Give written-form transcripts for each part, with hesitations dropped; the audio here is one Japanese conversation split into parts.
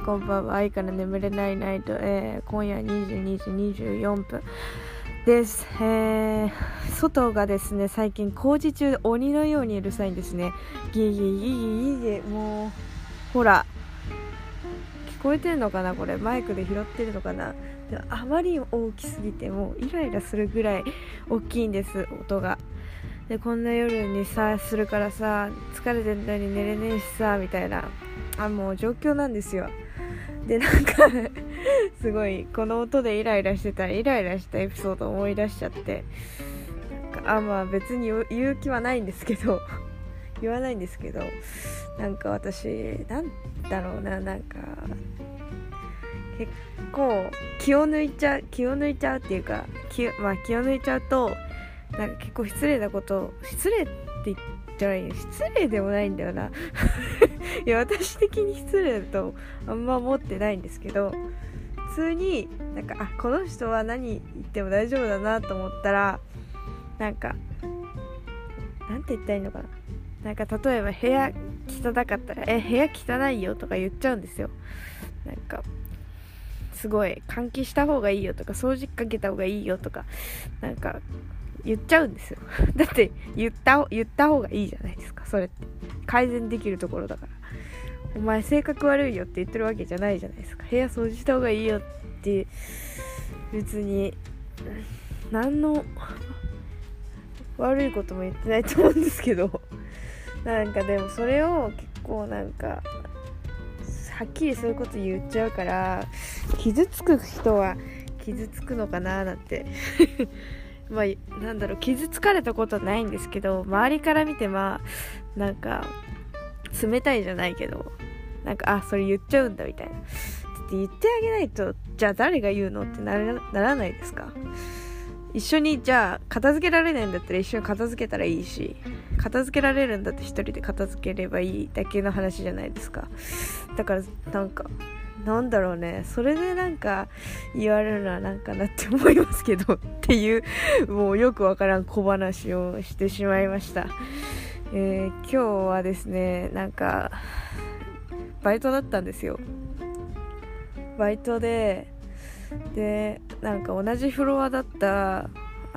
こんばんは。愛から眠れないナイト、今夜22時24分です。外がですね、最近工事中で鬼のようにうるさいんですね。ギギギギギギ、もうほら聞こえてんのかな、これマイクで拾ってるのかな。でもあまりに大きすぎてもうイライラするぐらい大きいんです、音が。でこんな夜にさするからさ、疲れてんのに寝れねえしさみたいなもう状況なんですよ。でなんかすごいこの音でイライラしてたらイライラしたエピソードを思い出しちゃって、なんか別に言う気はないんですけど言わないんですけど、なんか私なんだろうな、なんか結構気を抜いちゃうっていうか、気を抜いちゃうとなんか結構失礼って言ったらいい、失礼でもないんだよないや私的に失礼だとあんま思ってないんですけど、普通になんかこの人は何言っても大丈夫だなと思ったら、なんかなんて言ったらいいのかな、なんか例えば部屋汚かったら部屋汚いよとか言っちゃうんですよ。なんかすごい換気した方がいいよとか掃除かけた方がいいよとかなんか言っちゃうんですよだって言った方がいいじゃないですか。それって改善できるところだから。お前性格悪いよって言ってるわけじゃないじゃないですか。部屋掃除した方がいいよって別に何の悪いことも言ってないと思うんですけど、なんかでもそれを結構なんかはっきりそういうこと言っちゃうから傷つく人は傷つくのかななんてなんだろう、傷つかれたことないんですけど、周りから見てなんか冷たいじゃないけど、なんかそれ言っちゃうんだみたいなって言ってあげないと、じゃあ誰が言うのってならないですか。一緒にじゃあ片付けられないんだったら一緒に片付けたらいいし、片付けられるんだって一人で片付ければいいだけの話じゃないですか。だからなんだろうね、それでなんか言われるのはなんかなって思いますけどっていうもうよくわからん小話をしてしまいました。今日はですね、なんかバイトだったんですよ。バイトでなんか同じフロアだった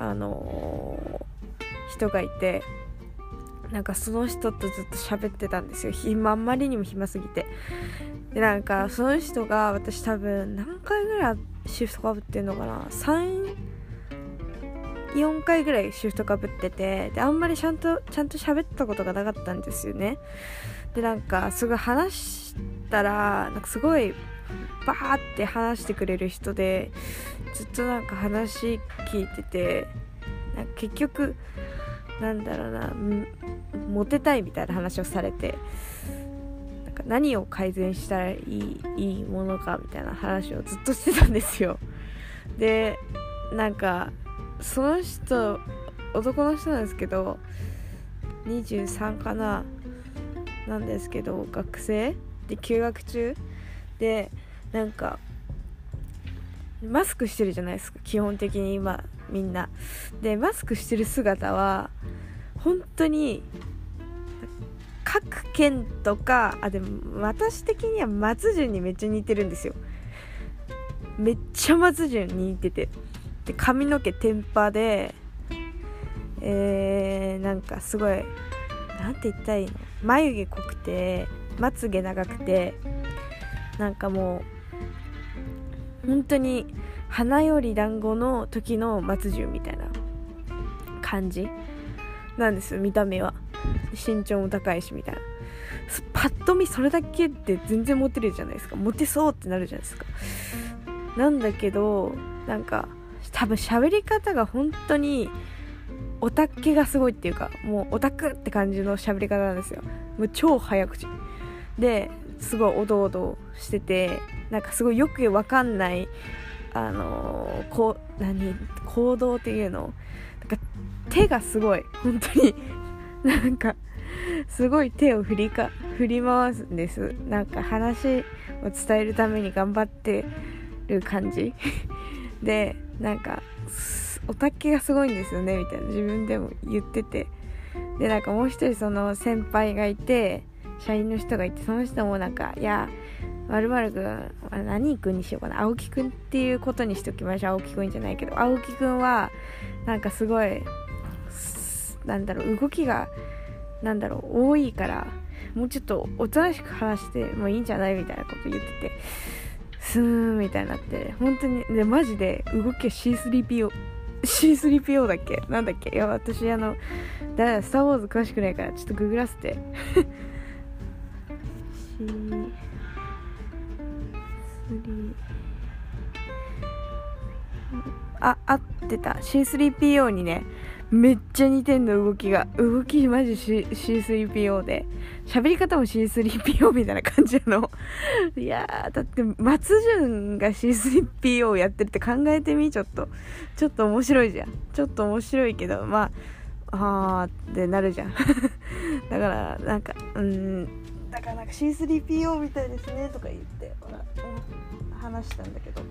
人がいて、なんかその人とずっと喋ってたんですよ。あんまりにも暇すぎて。でなんかその人が私多分何回ぐらいシフトかぶってんのかな、3-4回ぐらいシフトかぶってて、であんまりちゃんと喋ったことがなかったんですよね。でなんかすごい話したらなんかすごいバーって話してくれる人で、ずっとなんか話聞いてて、なんか結局なんだろうな、モテたいみたいな話をされて、なんか何を改善したらいいものかみたいな話をずっとしてたんですよ。でなんかその人男の人なんですけど、23かななんですけど、学生で休学中で、なんかマスクしてるじゃないですか、基本的に今みんなで。マスクしてる姿は本当に各県とかでも私的には松潤にめっちゃ似てるんですよ。めっちゃ松潤に似てて、で髪の毛テンパでなんかすごいなんて言ったらいいの、眉毛濃くてまつげ長くて、なんかもう本当に花より団子の時の松潤みたいな感じなんですよ。見た目は身長も高いしみたいな、パッと見それだけで全然モテるじゃないですか。モテそうってなるじゃないですか。なんだけどなんか多分喋り方が本当にオタクがすごいっていうか、もうオタクって感じの喋り方なんですよ。もう超早口ですごいおどおどしてて、なんかすごいよくわかんない行動っていうの、なんか手がすごい本当になんかすごい手を振り回すんです。なんか話を伝えるために頑張ってる感じで、なんかオタクがすごいんですよねみたいな自分でも言ってて、でなんかもう一人その先輩がいて、社員の人がいて、その人もなんかいや 〇〇くん、何くんにしようかな、青木くんっていうことにしておきましょう。青木くんじゃないけど、青木くんはなんかすごい動きが多いから、もうちょっとおとなしく話してもいいんじゃないみたいなこと言ってて、スーンみたいになって、本当にでマジで動きが C3PO だっけ、なんだっけ、いや私スターウォーズ詳しくないからちょっとググらせて合ってた。 C3PO にねめっちゃ似てんの。動きマジ C3PO で、喋り方も C3PO みたいな感じなのいやー、だって松潤が C3PO やってるって考えてみ。ちょっと面白いじゃん。ちょっと面白いけど、まあってなるじゃんだからなんかC3PO みたいですねとか言って話したんだけど、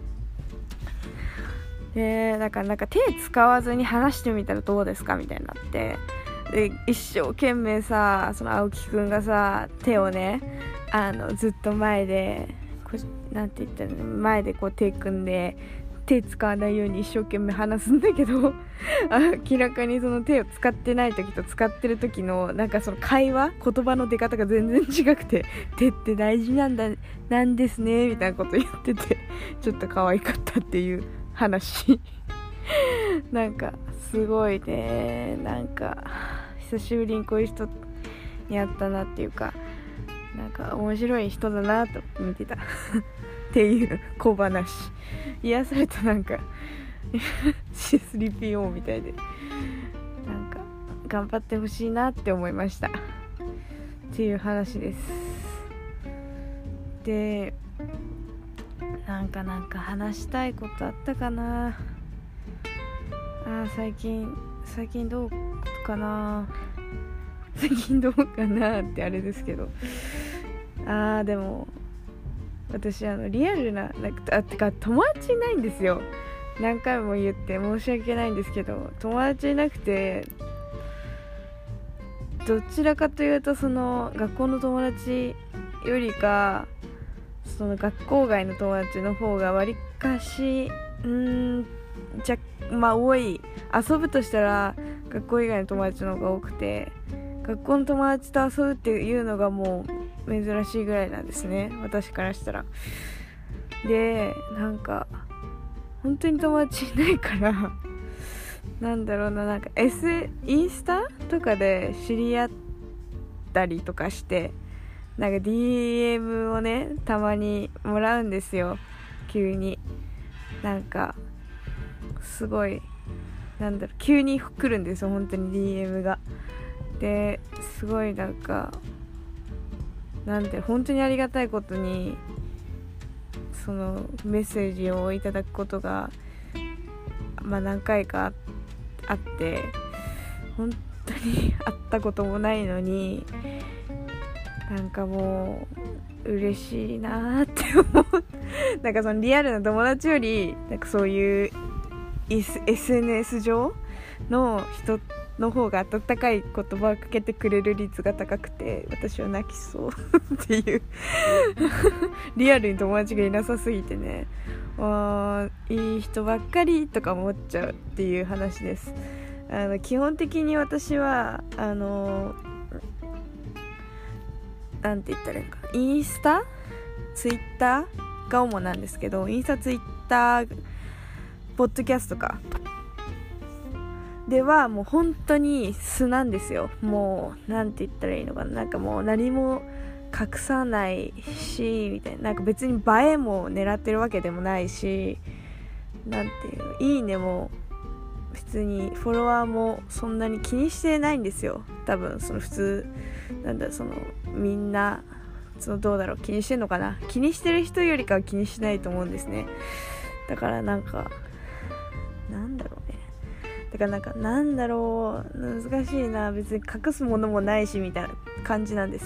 だから手使わずに話してみたらどうですかみたいになって、で一生懸命さ、その青木くんがさ手をねずっと前でなんて言ったの、前でこう手組んで手使わないように一生懸命話すんだけど明らかにその手を使ってない時と使ってる時のなんかその言葉の出方が全然違くて、手って大事なんですねみたいなこと言ってて、ちょっと可愛かったっていう話なんかすごいね、なんか久しぶりにこういう人に会ったなっていうか、なんか面白い人だなと見てたっていう小話、癒された。なんかC3PO みたいで、なんか頑張ってほしいなって思いましたっていう話です。でなんか話したいことあったかな。最近どうかなってあれですけど、でも私リアルなてか友達いないんですよ。何回も言って申し訳ないんですけど、友達いなくて、どちらかというとその学校の友達よりかその学校外の友達の方がわりかし多い。遊ぶとしたら学校以外の友達の方が多くて、学校の友達と遊ぶっていうのがもう珍しいぐらいなんですね、私からしたら。でなんか本当に友達いないからなんかインスタとかで知り合ったりとかして、なんか DM をねたまにもらうんですよ。急になんかすごい急に来るんですよ、本当に DM が。ですごい本当にありがたいことにそのメッセージをいただくことが何回かあって、本当に会ったこともないのになんかもう嬉しいなって思うなんかそのリアルな友達よりなんかそういう SNS 上の人の方が温かい言葉をかけてくれる率が高くて、私は泣きそうっていうリアルに友達がいなさすぎてね、いい人ばっかりとか思っちゃうっていう話です。基本的に私はなんて言ったらいいか、インスタツイッターが主なんですけど、インスタツイッターポッドキャストかではもう本当に素なんですよ。もうなんて言ったらいいのかな、なんかもう何も隠さないしみたいな、なんか別に映えも狙ってるわけでもないし、なんていういいねも別にフォロワーもそんなに気にしてないんですよ。多分その普通みんなどうだろう、気にしてんのかな。気にしてる人よりかは気にしないと思うんですね。だから難しいな、別に隠すものもないしみたいな感じなんです。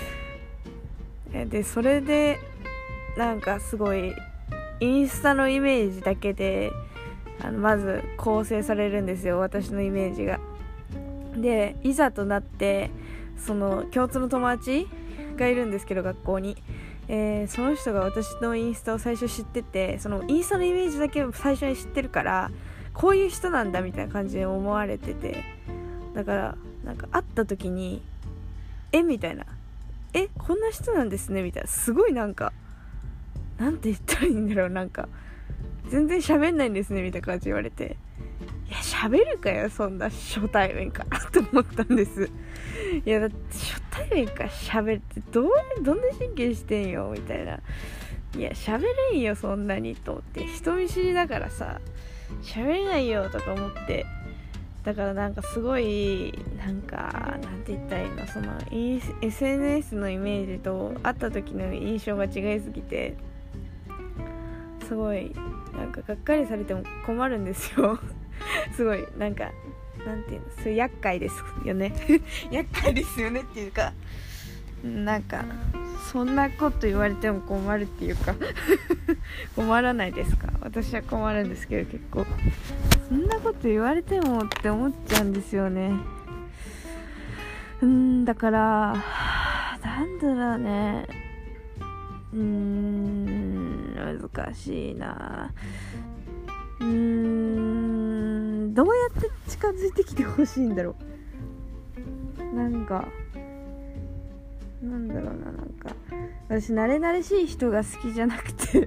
でそれでなんかすごいインスタのイメージだけでまず構成されるんですよ、私のイメージが。でいざとなってその共通の友達がいるんですけど、学校にその人が私のインスタを最初知ってて、そのインスタのイメージだけ最初に知ってるから、こういう人なんだみたいな感じで思われてて、だからなんか会った時にみたいな、こんな人なんですねみたいな、すごいなんかなんて言ったらいいんだろう、なんか全然喋んないんですねみたいな感じ言われて、いや喋るかよそんな初対面からと思ったんです。いやだって初対面から喋ってどんな神経してんよみたいな、いや喋れんよそんなにと思って、人見知りだからさ喋れないよとか思って、だからなんかすごいなんかなんて言ったらいいの、その SNS のイメージと会った時の印象が違いすぎて、すごいなんかがっかりされても困るんですよすごいなんかなんていうの、それ厄介ですよね厄介ですよねっていうか、なんかそんなこと言われても困るっていうか困らないですか？私は困るんですけど、結構そんなこと言われてもって思っちゃうんですよね。だからなんだろうね、難しいな。どうやって近づいてきてほしいんだろう。なんかなんだろうな、なんか私慣れ慣れしい人が好きじゃなくて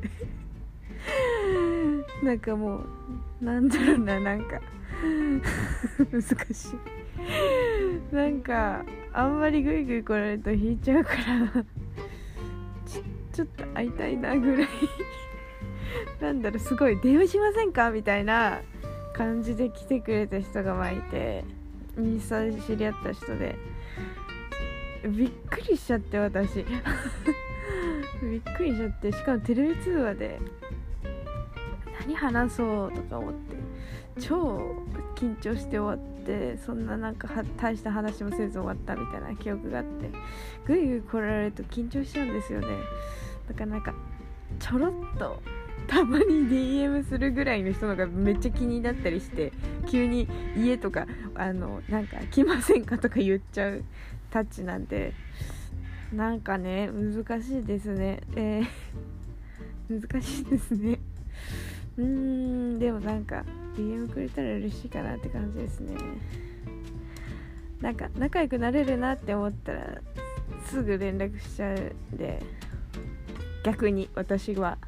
なんかもうなんだろうな、なんか難しいなんかあんまりグイグイ来られると引いちゃうからちょっと会いたいなぐらいなんだろう、すごい電話しませんかみたいな感じで来てくれた人がいて、インスタで知り合った人でびっくりしちゃって私びっくりしちゃって、しかもテレビ通話で何話そうとか思って超緊張して終わって、そんななんか大した話もせず終わったみたいな記憶があって、ぐいぐい来られると緊張しちゃうんですよね。だからなんかちょろっとたまに DM するぐらいの人のがめっちゃ気になったりして、急に家とかなんか来ませんかとか言っちゃうタッチなんで、なんかね難しいですね。難しいですね。でもなんか DM くれたら嬉しいかなって感じですね。なんか仲良くなれるなって思ったらすぐ連絡しちゃうんで、逆に私は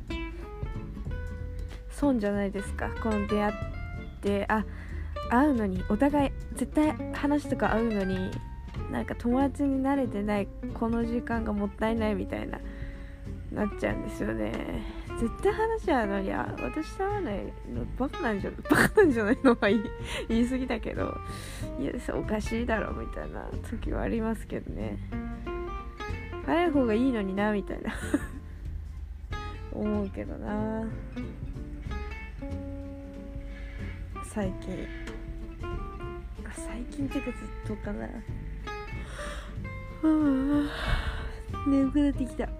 損じゃないですか。この出会って会うのにお互い絶対話とか会うのに、なんか友達に慣れてないこの時間がもったいないみたいなっちゃうんですよね。絶対話し合うのに私と会わないのバカなんじゃないのは言い過ぎだけど、いやおかしいだろみたいな時はありますけどね。早い方がいいのになみたいな思うけどな。最近ってかずっとかな。眠くなってきた。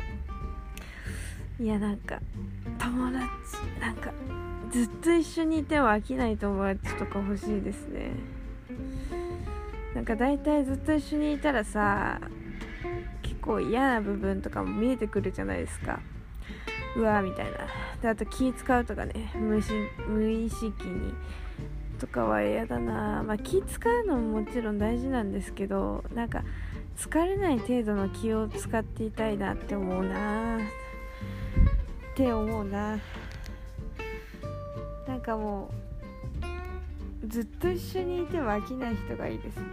いやなんか友達、なんかずっと一緒にいても飽きない友達とか欲しいですね。なんかだいたいずっと一緒にいたらさ、結構嫌な部分とかも見えてくるじゃないですか。うわーみたいな。であと気使うとかね、無意識にとかは嫌だな。気使うのももちろん大事なんですけど、なんか疲れない程度の気を使っていたいなって思うな。なんかもうずっと一緒にいても飽きない人がいいですね。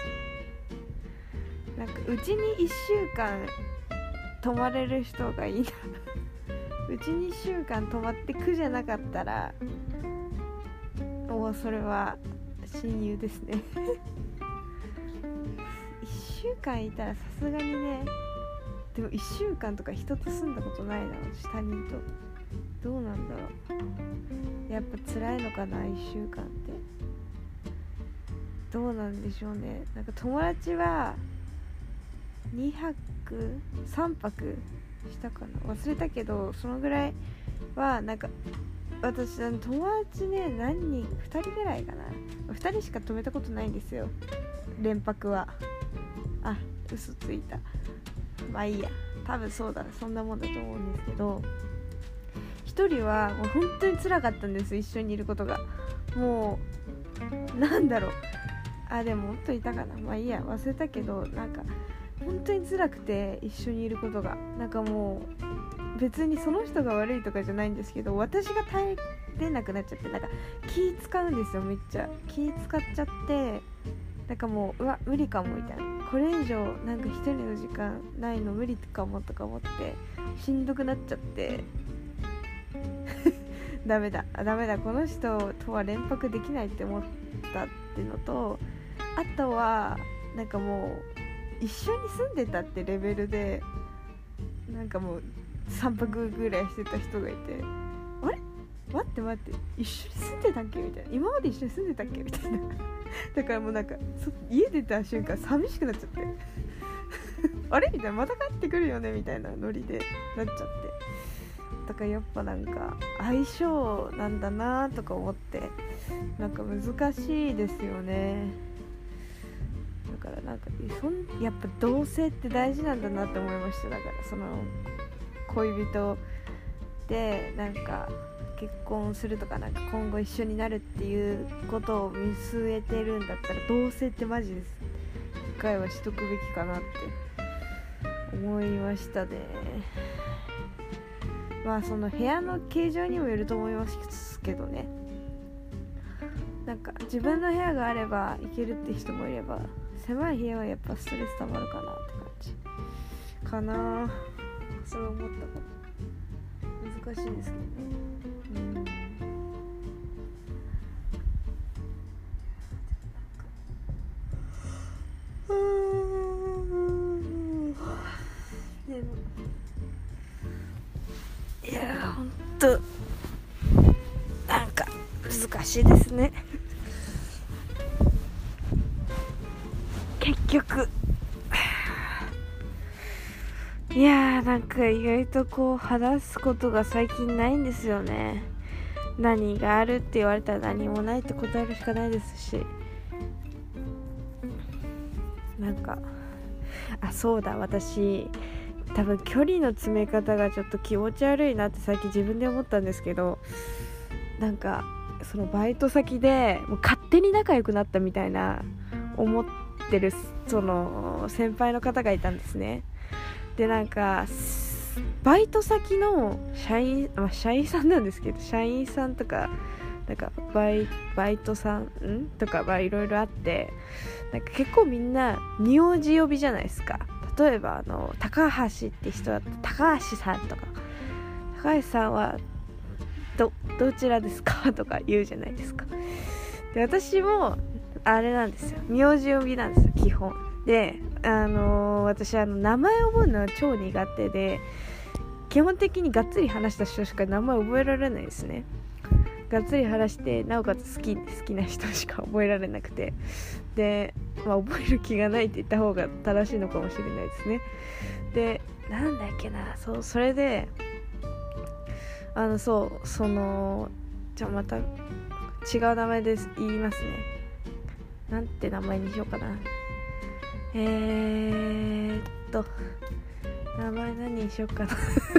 なんかうちに1週間泊まれる人がいいなうちに1週間泊まって苦じゃなかったらもうそれは親友ですね1週間いたらさすがにね。でも1週間とか人と住んだことないな、私他人と。どうなんだろう、やっぱ辛いのかな1週間って。どうなんでしょうね。なんか友達は2泊3泊したかな、忘れたけどそのぐらいはなんか私友達ね、何人2人ぐらいかな、2人しか泊めたことないんですよ、連泊は。嘘ついた。まあいいや。 多分そうだ、そんなもんだと思うんですけど、一人はもう本当に辛かったんです、一緒にいることが。もうなんだろう、でももっといたかな、まあいいや、忘れたけど、なんか本当に辛くて、一緒にいることがなんかもう別にその人が悪いとかじゃないんですけど、私が耐えれなくなっちゃって、なんか気使うんですよ、めっちゃ気使っちゃって、なんかもう無理かもみたいな、これ以上なんか一人の時間ないの無理かもとか思ってしんどくなっちゃってダメだこの人とは連泊できないって思ったっていうのと、あとはなんかもう一緒に住んでたってレベルで、なんかもう3泊ぐらいしてた人がいて、あれ待って一緒に住んでたっけみたいな、今まで一緒に住んでたっけみたいなだからもうなんか家出た瞬間寂しくなっちゃってあれみたいな、また帰ってくるよねみたいなノリでなっちゃって、だからやっぱなんか相性なんだなとか思って、なんか難しいですよね。だからなんかやっぱ同性って大事なんだなって思いました。だからその恋人でなんか結婚するとか、なんか今後一緒になるっていうことを見据えてるんだったら、同性ってマジです、一回はしとくべきかなって思いましたね。まあその部屋の形状にもよると思いますけどね、なんか自分の部屋があればいけるって人もいれば、狭い部屋はやっぱストレス溜まるかなって感じかな。それ思ったかも。難しいですけどね。でもいやほんとなんか難しいですね結局。いやー、なんか意外とこう話すことが最近ないんですよね。何があるって言われたら何もないって答えるしかないですし、なんかそうだ、私多分距離の詰め方がちょっと気持ち悪いなって最近自分で思ったんですけど、なんかそのバイト先でもう勝手に仲良くなったみたいな思ってるその先輩の方がいたんですね。でなんかバイト先の社員さんなんですけど、社員さんとかなんかバイトさんとかいろいろあって、なんか結構みんな名字呼びじゃないですか。例えば高橋って人だと高橋さんとか、高橋さんはどちらですかとか言うじゃないですか。で私もあれなんですよ、名字呼びなんですよ基本で。私名前覚えるのは超苦手で、基本的にがっつり話した人しか名前覚えられないですね。がっつり話してなおかつ好きな人しか覚えられなくて、で、覚える気がないって言った方が正しいのかもしれないですね。でなんだっけな、それでじゃあまた違う名前で言いますね。なんて名前にしようかな。名前何にしようかな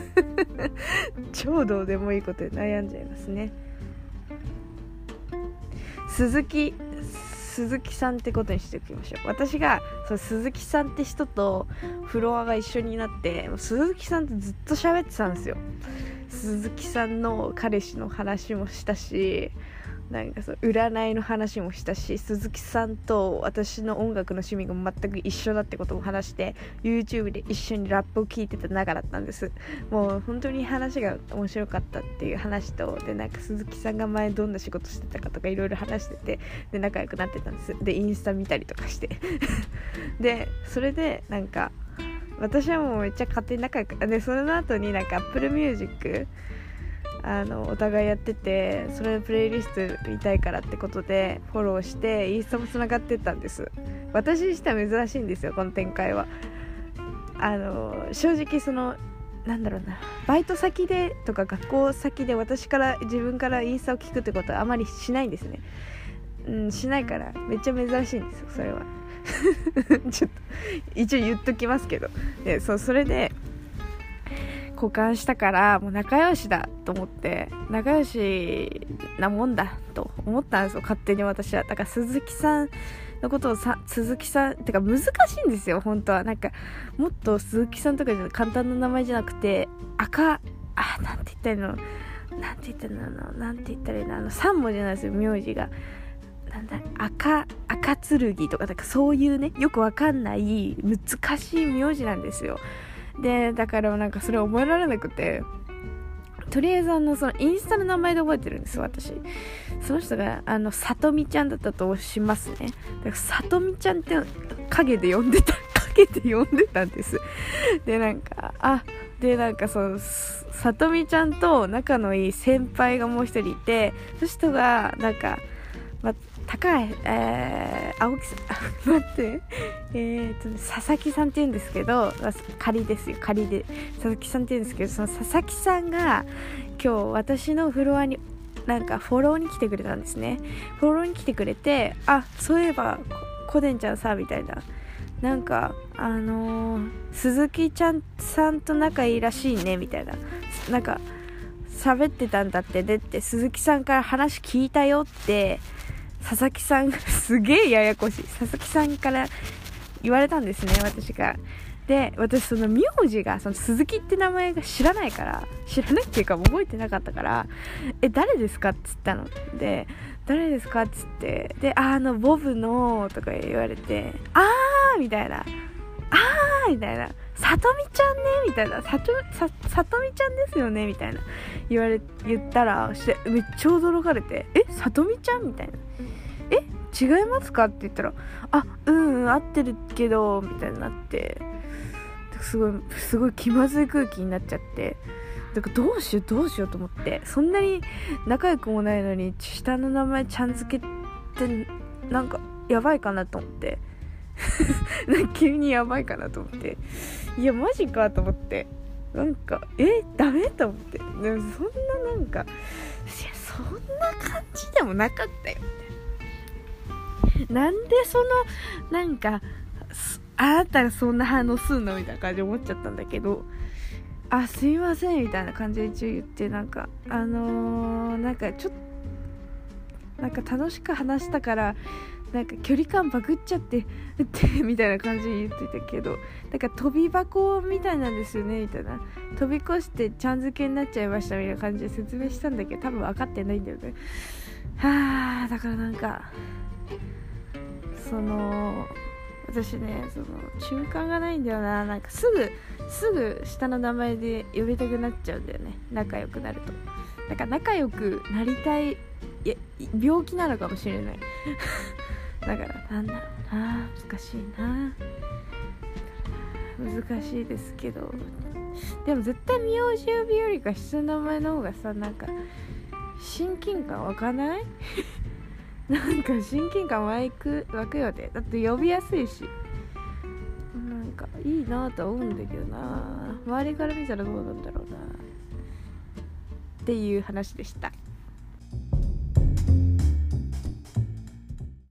超どうでもいいことで悩んじゃいますね。鈴木さんってことにしておきましょう。私が鈴木さんって人とフロアが一緒になって、鈴木さんとずっと喋ってたんですよ。鈴木さんの彼氏の話もしたし、なんか占いの話もしたし、鈴木さんと私の音楽の趣味が全く一緒だってことも話して、 YouTube で一緒にラップを聴いてた仲だったんです。もう本当に話が面白かったっていう話と、でなんか鈴木さんが前どんな仕事してたかとかいろいろ話してて、で仲良くなってたんです。でインスタ見たりとかしてでそれでなんか私はもうめっちゃ勝手に仲良くで、その後になんか Apple Musicお互いやってて、それのプレイリスト見たいからってことでフォローしてインスタもつながってったんです。私にしては珍しいんですよ、この展開は。正直なんだろうな、バイト先でとか学校先で自分からインスタを聞くってことはあまりしないんですね。しないからめっちゃ珍しいんですよ、それはちょっと一応言っときますけど。でそれで保管したからもう仲良しだと思って、仲良しなもんだと思ったんですよ、勝手に私は。だから鈴木さんのことを鈴木さんってか難しいんですよ本当は。なんかもっと鈴木さんとかじゃ簡単な名前じゃなくて、なんて言ったらいいの、3文字なんですよ名字が。なんだ赤剣とか、だからそういうね、よくわかんない難しい名字なんですよ。でだからなんかそれ覚えられなくて、とりあえずそのインスタの名前で覚えてるんですよ私。その人がさとみちゃんだったとしますね。だからさとみちゃんって影で呼んでたんです。でなんかそのさとみちゃんと仲のいい先輩がもう一人いて、その人がなんか、高い、青木さん待って佐々木さんって言うんですけど、仮で佐々木さんって言うんですけど、その佐々木さんが今日私のフロアになんかフォローに来てくれたんですね。フォローに来てくれて、そういえばコデンちゃんさみたいな、なんか鈴木ちゃんさんと仲いいらしいねみたいな、なんか喋ってたんだってでって鈴木さんから話聞いたよって佐々木さんすげえややこしい佐々木さんから言われたんですね、私が。で私その名字がその鈴木って名前が知らないっていうか覚えてなかったから、誰ですかっつったので、誰ですかっつって、でボブのとか言われて、みたいなさとみちゃんねみたいな、さとみちゃんですよねみたいな言ったらめっちゃ驚かれて、さとみちゃんみたいな、違いますかって言ったら、合ってるけどみたいになって、すごい気まずい空気になっちゃって、だからどうしようと思って、そんなに仲良くもないのに下の名前ちゃん付けってなんかやばいかなと思って急にやばいかなと思って、いやマジかと思って、なんかダメと思って、でもそんななんかそんな感じでもなかったよみたいな、なんでそのなんかあなたがそんな反応すんのみたいな感じで思っちゃったんだけど、すいませんみたいな感じで一応言って、なんかなんかちょっとなんか楽しく話したからなんか距離感バグっちゃってみたいな感じで言ってたけど、なんか飛び箱みたいなんですよねみたいな、飛び越してちゃん付けになっちゃいましたみたいな感じで説明したんだけど、多分分かってないんだよね。だからなんか私ね、中間がないんだよな。なんかすぐ下の名前で呼びたくなっちゃうんだよね、仲良くなると。なんか仲良くなりたい、病気なのかもしれないだからなんだろうな、難しいですけど、でも絶対名字呼びよりか下の名前の方がさ、なんか親近感湧かないなんか親近感湧くよね。だって呼びやすいし、なんかいいなとは思うんだけどな、周りから見たらどうなんだろうなっていう話でした。